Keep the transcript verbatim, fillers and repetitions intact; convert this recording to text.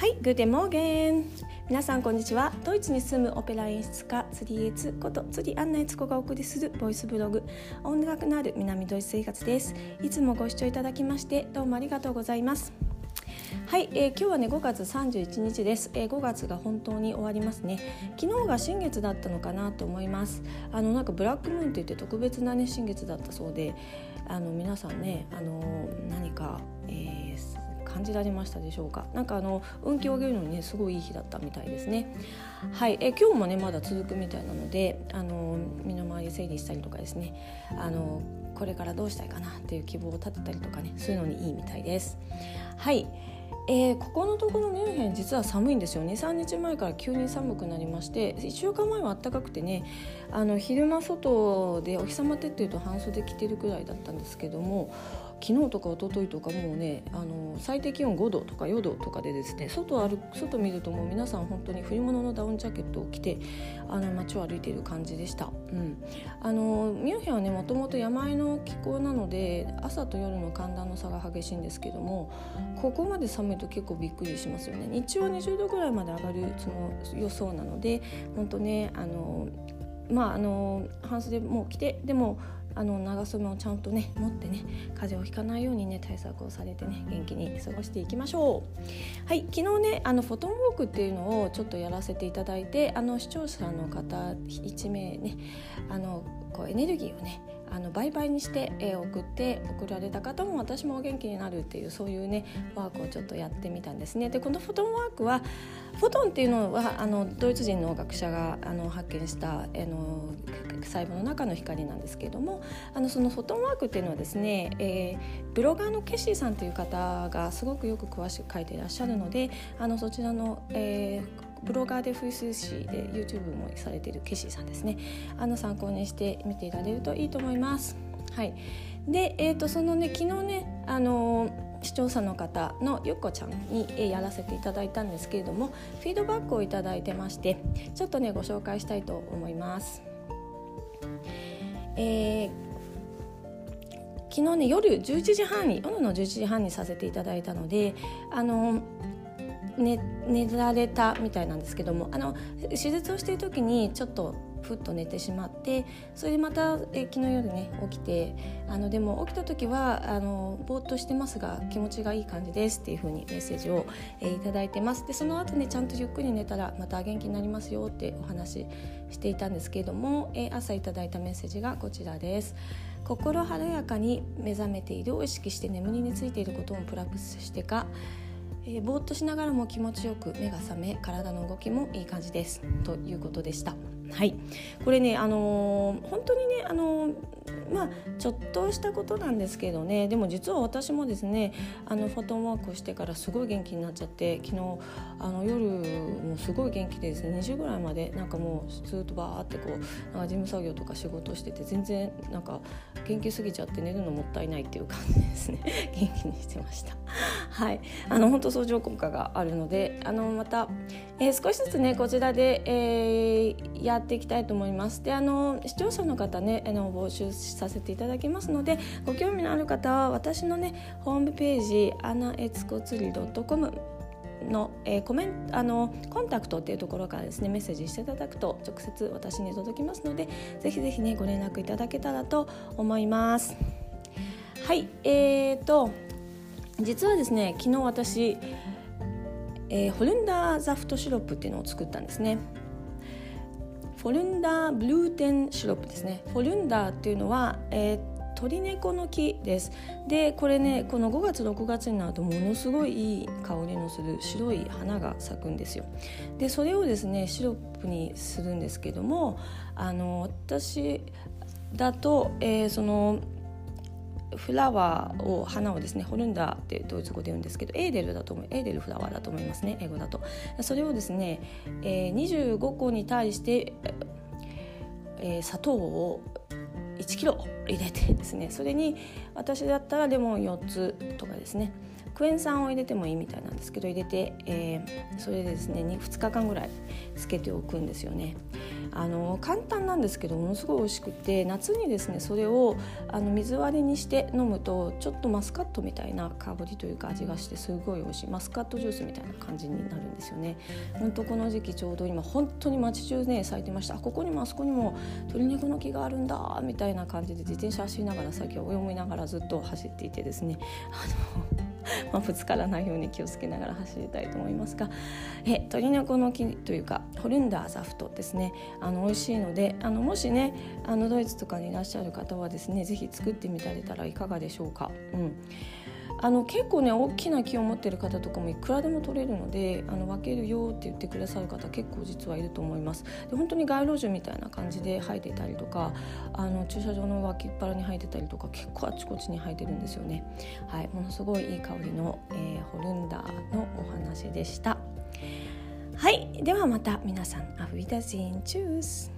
はい、グーテンモーゲン。皆さんこんにちは。ドイツに住むオペラ演出家釣りエツこと釣りアンナエツコがお送りするボイスブログ、音楽のある南ドイツ生活です。いつもご視聴いただきましてどうもありがとうございます。はい、えー、今日はねごがつさんじゅういちにちです、えー、ごがつが本当に終わりますね。昨日が新月だったのかなと思います。あのなんかブラックムーンといって特別なね新月だったそうで、あの皆さんねあの何か、えー感じられましたでしょうか。なんかあの運気を上げるのにねすごいいい日だったみたいですね。はい、え今日もねまだ続くみたいなので、あの身の回り整理したりとかですね、あのこれからどうしたいかなっていう希望を立てたりとかね、そういうのにいいみたいです。はい、えー、ここのところミュンヘン実は寒いんですよ。 にさんにちまえから急に寒くなりまして、いっしゅうかんまえは暖かくてね、あの昼間外でお日様照っていうと半袖着てるくらいだったんですけども、昨日とか一昨日とかもうねあの最低気温ごどとかよどとかでですね、外歩く外見るともう皆さん本当に冬物のダウンジャケットを着てあの街を歩いている感じでした。うん、あのミュンヘンはねもともと山あいの気候なので朝と夜の寒暖の差が激しいんですけども、ここまで寒いと結構びっくりしますよね。日中はにじゅうどぐらいまで上がるその予想なので、本当ねあのまああの半袖もう着て、でもあの長袖をちゃんとね持ってね、風邪をひかないようにね対策をされてね元気に過ごしていきましょう。はい、昨日ねあのフォトウォークっていうのをちょっとやらせていただいて、あの視聴者の方いちめいねあのこうエネルギーをねあの倍々にして、えー、送って送られた方も私も元気になるっていう、そういうねワークをちょっとやってみたんですね。でこのフォトンワークはフォトンっていうのはあのドイツ人の学者があの発見したあの細胞の中の光なんですけれども、あのそのフォトンワークっていうのはですね、えー、ブロガーのケシーさんという方がすごくよく詳しく書いていらっしゃるので、あのそちらの、えーブロガーで風水師で YouTube もされているケシーさんですね、あの参考にして見ていられるといいと思います。はい、で、えー、とそのね昨日ねあのー、視聴者の方のゆっこちゃんに、えー、やらせていただいたんですけれども、フィードバックをいただいてまして、ちょっとねご紹介したいと思います。えー昨日ね夜じゅういちじはんに夜のじゅういちじはんにさせていただいたので、あのー寝, 寝られたみたいなんですけども、あの手術をしている時にちょっとふっと寝てしまって、それでまたえ昨日夜ね起きて、あのでも起きた時はあのぼーっとしてますが気持ちがいい感じですっていう風にメッセージを、えー、いただいてます。でその後ねちゃんとゆっくり寝たらまた元気になりますよってお話ししていたんですけれども、えー、朝いただいたメッセージがこちらです。心晴れやかに目覚めているを意識して眠りについていることもプラスしてか、えー、ぼーっとしながらも気持ちよく目が覚め、体の動きもいい感じですということでした。はい、これね、あのー、本当にね、あのー、まあちょっとしたことなんですけどね、でも実は私もですねあのフォトンワークをしてからすごい元気になっちゃって、昨日あの夜もすごい元気でですね、にじぐらいまでなんかもうずっとバーってこうなんか事務作業とか仕事してて、全然なんか元気すぎちゃって寝るのもったいないっていう感じですね元気にしてました。はい、あの本当相乗効果があるので、あのまた、えー、少しずつねこちらで、えー、やっていきたいと思います。であの視聴者の方ねあの募集させていただきますので、ご興味のある方は私のねホームページアナエツコツリ .com の、えー、コメントあのコンタクトっていうところからですねメッセージしていただくと直接私に届きますので、ぜひぜひねご連絡いただけたらと思います。はい、えーと実はですね昨日私、えー、ホルンダーザフトシロップっていうのを作ったんですね。ホルンダーブルーテンシロップですね。ホルンダーっていうのは、えー、鶏猫の木です。でこれねこのごがつろくがつになるとものすごいいい香りのする白い花が咲くんですよ。でそれをですねシロップにするんですけども、あの私だと、えー、そのフラワーを花をですねホルンダーってドイツ語で言うんですけど、エーデルだと思うエーデルフラワーだと思いますね、英語だと。それをですね、えー、にじゅうごこに対して、えー、砂糖をいちキロ入れてですね、それに私だったらレモンよっつとかですね、クエン酸を入れてもいいみたいなんですけど入れて、えー、それでですねふつかかんぐらいつけておくんですよね。 あの簡単なんですけどものすごい美味しくて、夏にですねそれをあの水割りにして飲むとちょっとマスカットみたいな香りというか味がしてすごい美味しい、マスカットジュースみたいな感じになるんですよね。本当この時期ちょうど今本当に街中ね咲いてました。あここにもあそこにも鶏肉の木があるんだみたいな感じで自転車走りながら先を思いながらずっと走っていてですね、あのまあ、ぶつからないように気をつけながら走りたいと思いますが、え鶏肉の木というかホルンダーザフトですね、あの美味しいので、あのもしねあのドイツとかにいらっしゃる方はですねぜひ作ってみられたらいかがでしょうか。うんあの結構ね大きな木を持っている方とかもいくらでも取れるので、あの分けるよって言ってくださる方結構実はいると思います。で本当に街路樹みたいな感じで生えていたりとか、あの駐車場の脇っ腹に生えてたりとか結構あちこちに生えてるんですよね。はい、ものすごいいい香りの、えー、ホルンダーのお話でした。はい、ではまた皆さんアフビダゼンチュース。